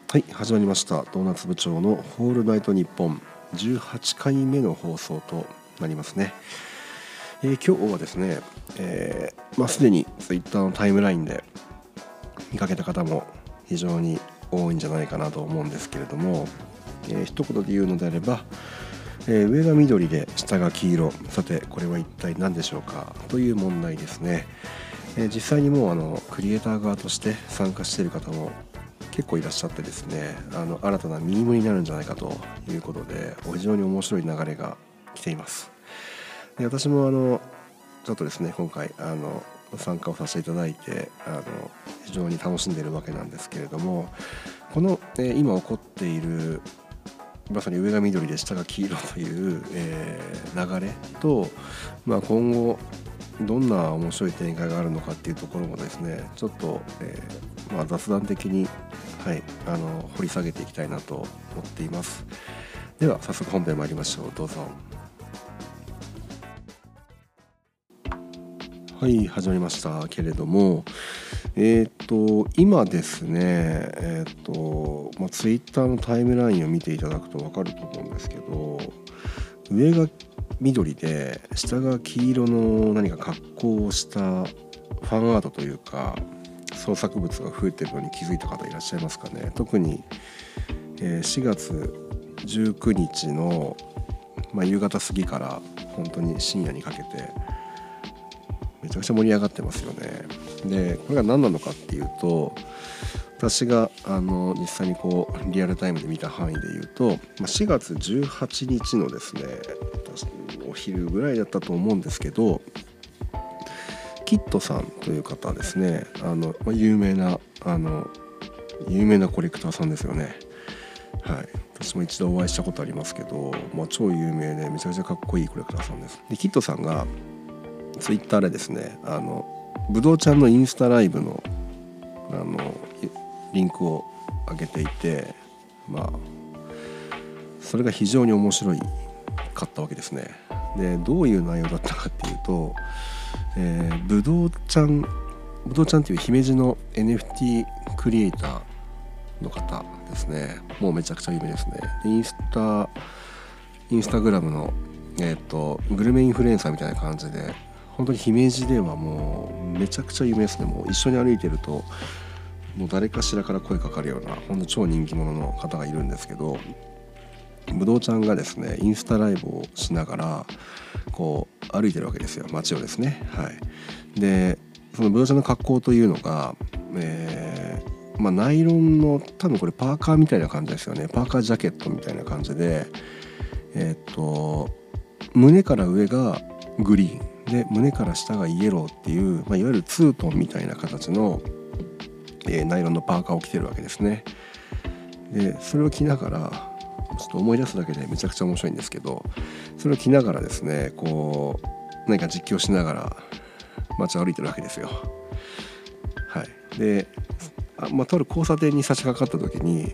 はい、始まりました。ドーナツ部長のホールナイトニッポン18回目の放送となりますね。今日はですね、すでに Twitter のタイムラインで見かけた方も非常に多いんじゃないかなと思うんですけれども、一言で言うのであれば、上が緑で下が黄色、さてこれは一体何でしょうかという問題ですね。実際にもうクリエイター側として参加している方も結構いらっしゃってですね、新たなミームになるんじゃないかということで非常に面白い流れが来ています。で、私もちょっとですね今回参加をさせていただいて非常に楽しんでいるわけなんですけれども、この、今起こっているまさに上が緑で下が黄色という、流れと、今後どんな面白い展開があるのかっていうところもですねちょっと、雑談的に、掘り下げていきたいなと思っています。では早速本編参りましょう。どうぞ。はい、始まりましたけれども、今ですねツイッターのタイムラインを見ていただくと分かると思うんですけど、上が緑で下が黄色の何か格好をしたファンアートというか創作物が増えてるのに気づいた方いらっしゃいますかね。特に、4月19日の、夕方過ぎから本当に深夜にかけてめちゃくちゃ盛り上がってますよね。で、これが何なのかっていうと、私が実際にリアルタイムで見た範囲で言うと、4月18日のですねお昼ぐらいだったと思うんですけど、キットさんという方ですね、有名なコレクターさんですよね。はい、私も一度お会いしたことありますけど、超有名でめちゃくちゃかっこいいコレクターさんです。で、キットさんがツイッターでですねぶどうちゃんのインスタライブのリンクを上げていて、それが非常に面白かったわけですね。で、どういう内容だったかっていうと、ぶどうちゃんっていう姫路の NFT クリエイターの方ですね。もうめちゃくちゃ有名ですね。で、インスタグラムのグルメインフルエンサーみたいな感じで、本当に姫路ではもうめちゃくちゃ有名ですね。もう一緒に歩いてるともう誰かしらから声かかるような本当超人気者の方がいるんですけど、ぶどうちゃんがですねインスタライブをしながら歩いてるわけですよ、街をですね。はい。で、そのぶどうちゃんの格好というのが、ナイロンの多分これパーカーみたいな感じですよね。パーカージャケットみたいな感じで、胸から上がグリーンで胸から下がイエローっていう、いわゆるツートンみたいな形の、ナイロンのパーカーを着てるわけですね。で、それを着ながらちょっと思い出すだけでめちゃくちゃ面白いんですけど、それを着ながらですね何か実況しながら街を歩いてるわけですよ。はい。で、とある交差点に差し掛かった時に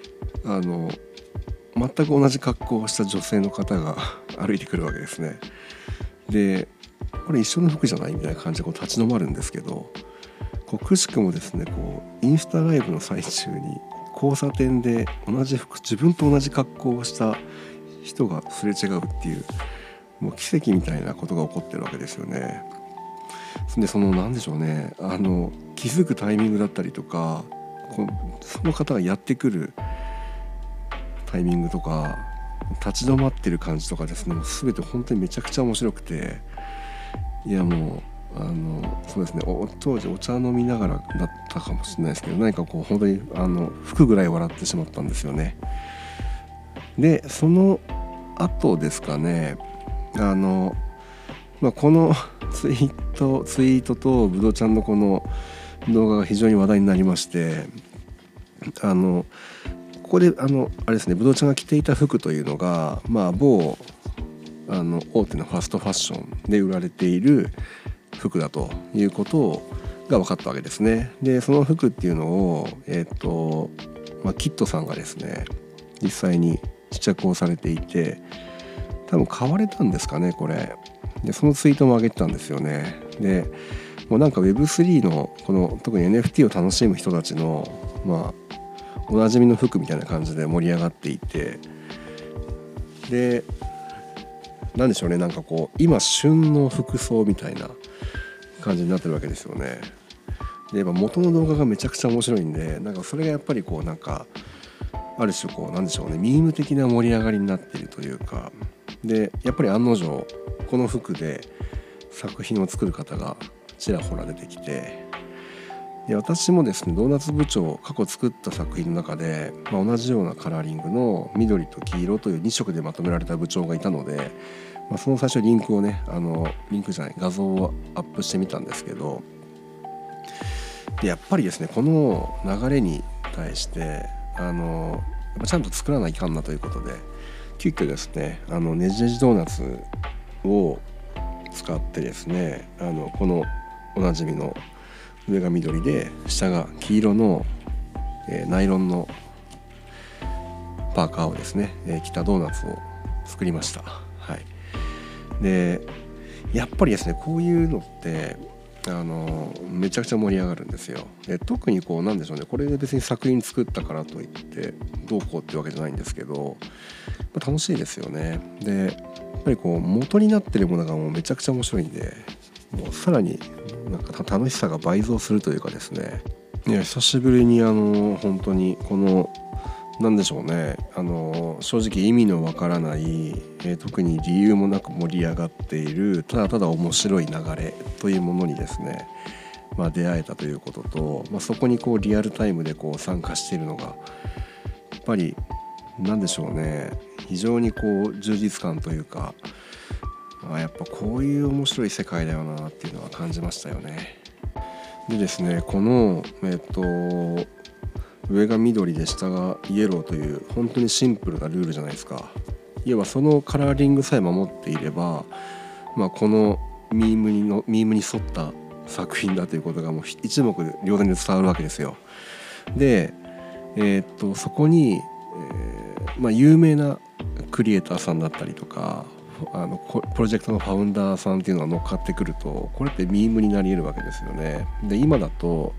全く同じ格好をした女性の方が歩いてくるわけですね。で、これ一緒の服じゃないみたいな感じで立ち止まるんですけど、くしくもですねインスタライブの最中に交差点で同じ服、自分と同じ格好をした人がすれ違うっていう、もう奇跡みたいなことが起こってるわけですよね。で、何でしょうね、気づくタイミングだったりとか、その方がやってくるタイミングとか立ち止まってる感じとかですね、もう全て本当にめちゃくちゃ面白くて、いやもうそうですね、当時お茶飲みながらだったかもしれないですけど、何か本当に吹くぐらい笑ってしまったんですよね。で、その後ですかね、このツイートとぶどうちゃんのこの動画が非常に話題になりまして、ここであれですね、ぶどうちゃんが着ていた服というのが、某大手のファストファッションで売られている服だということが分かったわけですね。で、その服っていうのをキットさんがですね実際に試着をされていて、多分買われたんですかね、これで。そのツイートも上げてたんですよね。で、もうなんか Web3 のこの特に NFT を楽しむ人たちのおなじみの服みたいな感じで盛り上がっていて、でなんでしょうね、なんかこう今旬の服装みたいな感じになってるわけですよね。でやっぱ元の動画がめちゃくちゃ面白いんで、なんかそれがやっぱりこうなんかある種こうなんでしょうね、ミーム的な盛り上がりになっているというか、でやっぱり案の定この服で作品を作る方がちらほら出てきて、で私もですねドーナツ部長過去作った作品の中で、同じようなカラーリングの緑と黄色という2色でまとめられた部長がいたので、その最初リンクをねリンクじゃない画像をアップしてみたんですけど、でやっぱりですねこの流れに対してやっぱちゃんと作らないかんなということで、急遽ですねねじねじドーナツを使ってですねこのおなじみの上が緑で下が黄色の、ナイロンのパーカーをですね、着たドーナツを作りました。はい、でやっぱりですねこういうのってめちゃくちゃ盛り上がるんですよ。で特にこうなんでしょうね、これで別に作品作ったからといってどうこうってわけじゃないんですけど、楽しいですよね。でやっぱりこう元になってるものがもうめちゃくちゃ面白いんで、もうさらになんか楽しさが倍増するというかですね、いや久しぶりに本当にこのなんでしょうね、正直意味のわからない、特に理由もなく盛り上がっているただただ面白い流れというものにですね、出会えたということと、そこにこうリアルタイムでこう参加しているのがやっぱりなんでしょうね、非常にこう充実感というか、やっぱこういう面白い世界だよなっていうのは感じましたよね。でですねこの上が緑で下がイエローという本当にシンプルなルールじゃないですか。いわばそのカラーリングさえ守っていれば、このミームに沿った作品だということがもう一目瞭然で伝わるわけですよ。で、そこに、有名なクリエイターさんだったりとかプロジェクトのファウンダーさんっていうのが乗っかってくると、これってミームになり得るわけですよね。で今だと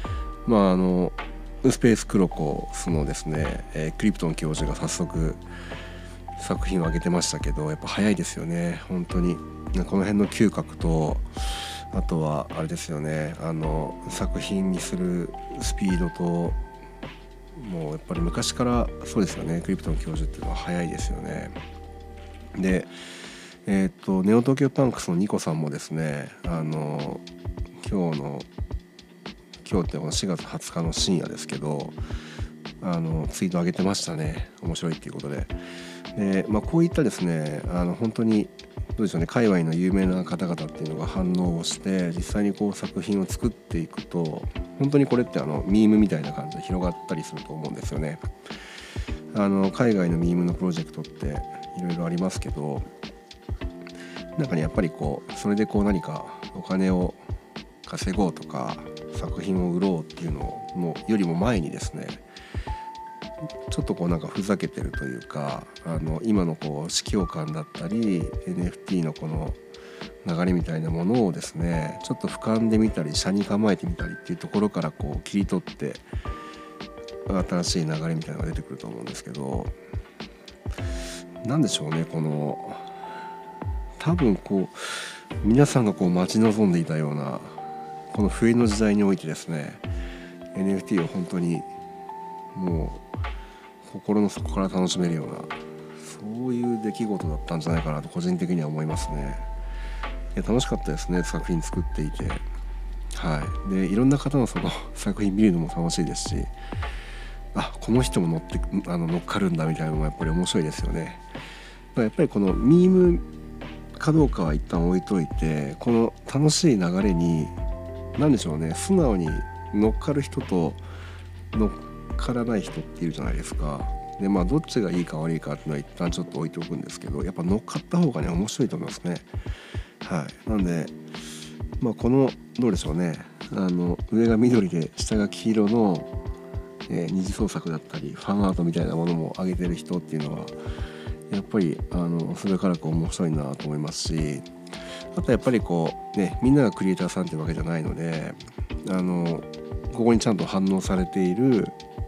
スペースクロコスのですね、クリプトン教授が早速作品を上げてましたけど、やっぱ早いですよね本当に。この辺の嗅覚と、あとはあれですよね作品にするスピードと、もうやっぱり昔からそうですよね、クリプトン教授っていうのは早いですよね。でネオ東京パンクスのニコさんもですね今日ってこの4月20日の深夜ですけどツイート上げてましたね、面白いっていうことで。で、こういったですね本当にどうでしょうね、界隈の有名な方々っていうのが反応をして実際にこう作品を作っていくと、本当にこれってミームみたいな感じで広がったりすると思うんですよね。海外のミームのプロジェクトっていろいろありますけど、なんかねやっぱりこうそれでこう何かお金を稼ごうとか作品を売ろうっていうののよりも前にですね、ちょっとこうなんかふざけてるというか今のこう指揮感だったり NFT のこの流れみたいなものをですねちょっと俯瞰で見たり斜に構えてみたりっていうところからこう切り取って新しい流れみたいなのが出てくると思うんですけど、なんでしょうね、この多分こう皆さんがこう待ち望んでいたようなこの冬の時代においてですね NFT を本当にもう心の底から楽しめるようなそういう出来事だったんじゃないかなと個人的には思いますね。いや楽しかったですね、作品作っていて。でいろんな方のその作品見るのも楽しいですし、この人も乗っかるんだみたいなのもやっぱり面白いですよね。だからやっぱりこのミームかどうかは一旦置いといて、この楽しい流れに何でしょうね、素直に乗っかる人と乗っからない人っているじゃないですか。でどっちがいいか悪いかっていうのは一旦ちょっと置いておくんですけど、やっぱ乗っかった方がね面白いと思いますね。なんでこのどうでしょうね、上が緑で下が黄色の、二次創作だったりファンアートみたいなものも上げてる人っていうのはやっぱりそれから面白いなと思いますし、あとやっぱりこうねみんながクリエイターさんってわけじゃないのでここにちゃんと反応されている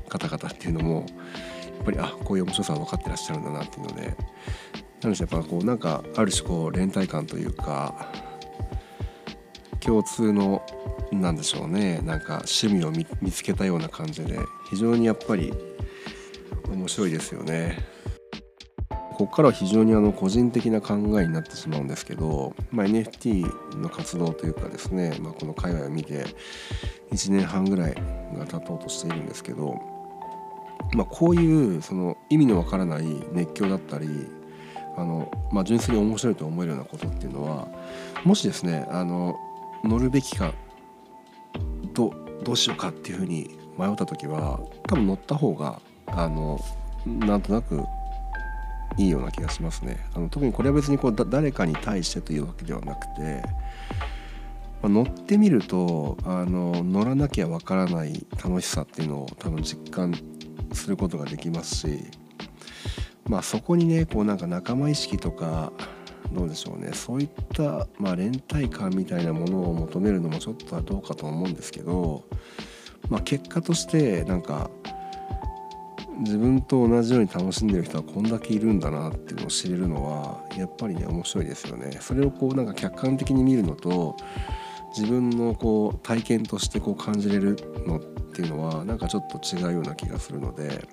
方々っていうのもやっぱりこういう面白さは分かってらっしゃるんだなっていうので、なのでやっぱこうなんかある種こう連帯感というか共通のなんでしょうね、なんか趣味を 見つけたような感じで非常にやっぱり面白いですよね。ここからは非常に個人的な考えになってしまうんですけど、NFT の活動というかですね、この界隈を見て1年半ぐらいが経とうとしているんですけど、こういうその意味のわからない熱狂だったり純粋に面白いと思えるようなことっていうのは、もしですね乗るべきかどうしようかっていうふうに迷った時は多分乗った方がなんとなくいいような気がしますね。特にこれは別にこう誰かに対してというわけではなくて、乗ってみると乗らなきゃわからない楽しさっていうのを多分実感することができますし、そこにねこうなんか仲間意識とかどうでしょうね、そういった連帯感みたいなものを求めるのもちょっとはどうかと思うんですけど、結果としてなんか自分と同じように楽しんでる人はこんだけいるんだなっていうのを知れるのはやっぱりね面白いですよね。それをこうなんか客観的に見るのと自分のこう体験としてこう感じれるのっていうのはなんかちょっと違うような気がするので、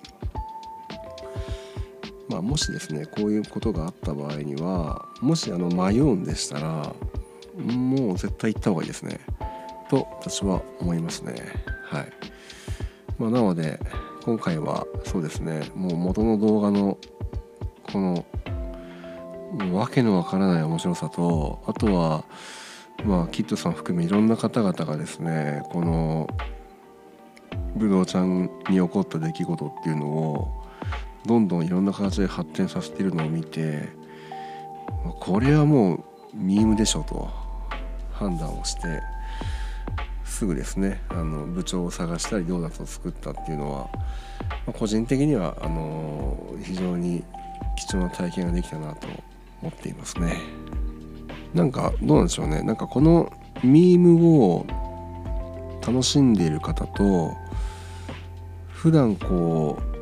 もしですねこういうことがあった場合には、もし迷うんでしたらもう絶対行った方がいいですねと私は思いますね。はい。なので今回はそうですね、もう元の動画のこのわけのわからない面白さと、あとはキッドさん含めいろんな方々がですねこのブドウちゃんに起こった出来事っていうのをどんどんいろんな形で発展させているのを見て、これはもうミームでしょと判断をしてすぐですね部長を探したりドーナツを作ったっていうのは、個人的には非常に貴重な体験ができたなと思っていますね。なんかどうなんでしょうね、なんかこのミームを楽しんでいる方と普段こう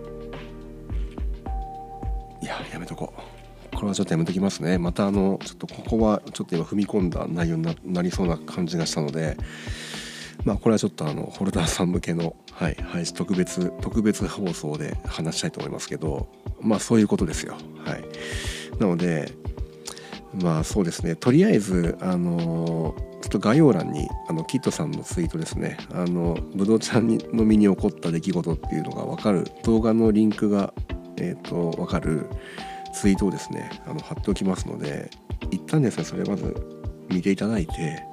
やめとこう、これはちょっとやめときますね。またちょっとここはちょっと今踏み込んだ内容に なりそうな感じがしたので、これはちょっとホルダーさん向けの、特別放送で話したいと思いますけど、そういうことですよ。はい。なのでそうですね、とりあえずちょっと概要欄にキッドさんのツイートですね、ぶどうちゃんの身に起こった出来事っていうのが分かる動画のリンクが分かるツイートをですね貼っておきますので、一旦ですねそれまず見ていただいて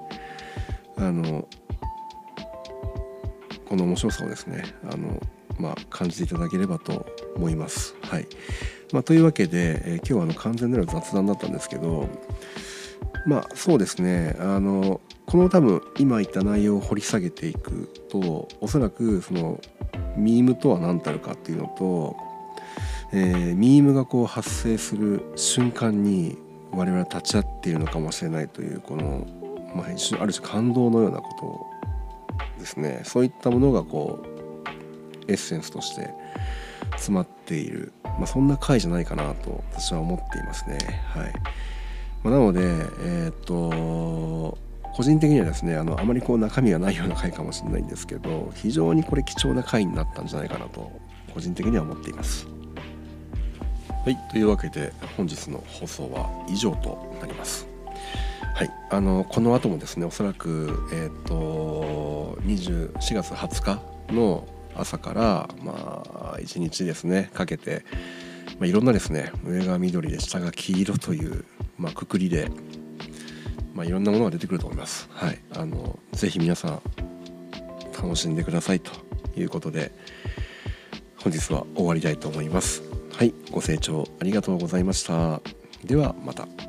この面白さをですね感じていただければと思います。はい。というわけで、今日は完全なる雑談だったんですけど、そうですねこの多分今言った内容を掘り下げていくと、おそらくそのミームとは何たるかっていうのと、ミームがこう発生する瞬間に我々は立ち会っているのかもしれないというこの、ある種感動のようなことですね。そういったものがこうエッセンスとして詰まっている、そんな回じゃないかなと私は思っていますね。はい。なので個人的にはですねあまりこう中身がないような回かもしれないんですけど、非常にこれ貴重な回になったんじゃないかなと個人的には思っています。はい、というわけで本日の放送は以上となります。はい、この後もですねおそらく4月20日の朝から1日ですねかけて、いろんなですね上が緑で下が黄色というくくりでいろんなものが出てくると思います。はい、ぜひ皆さん楽しんでくださいということで本日は終わりたいと思います。はい、ご清聴ありがとうございました。ではまた。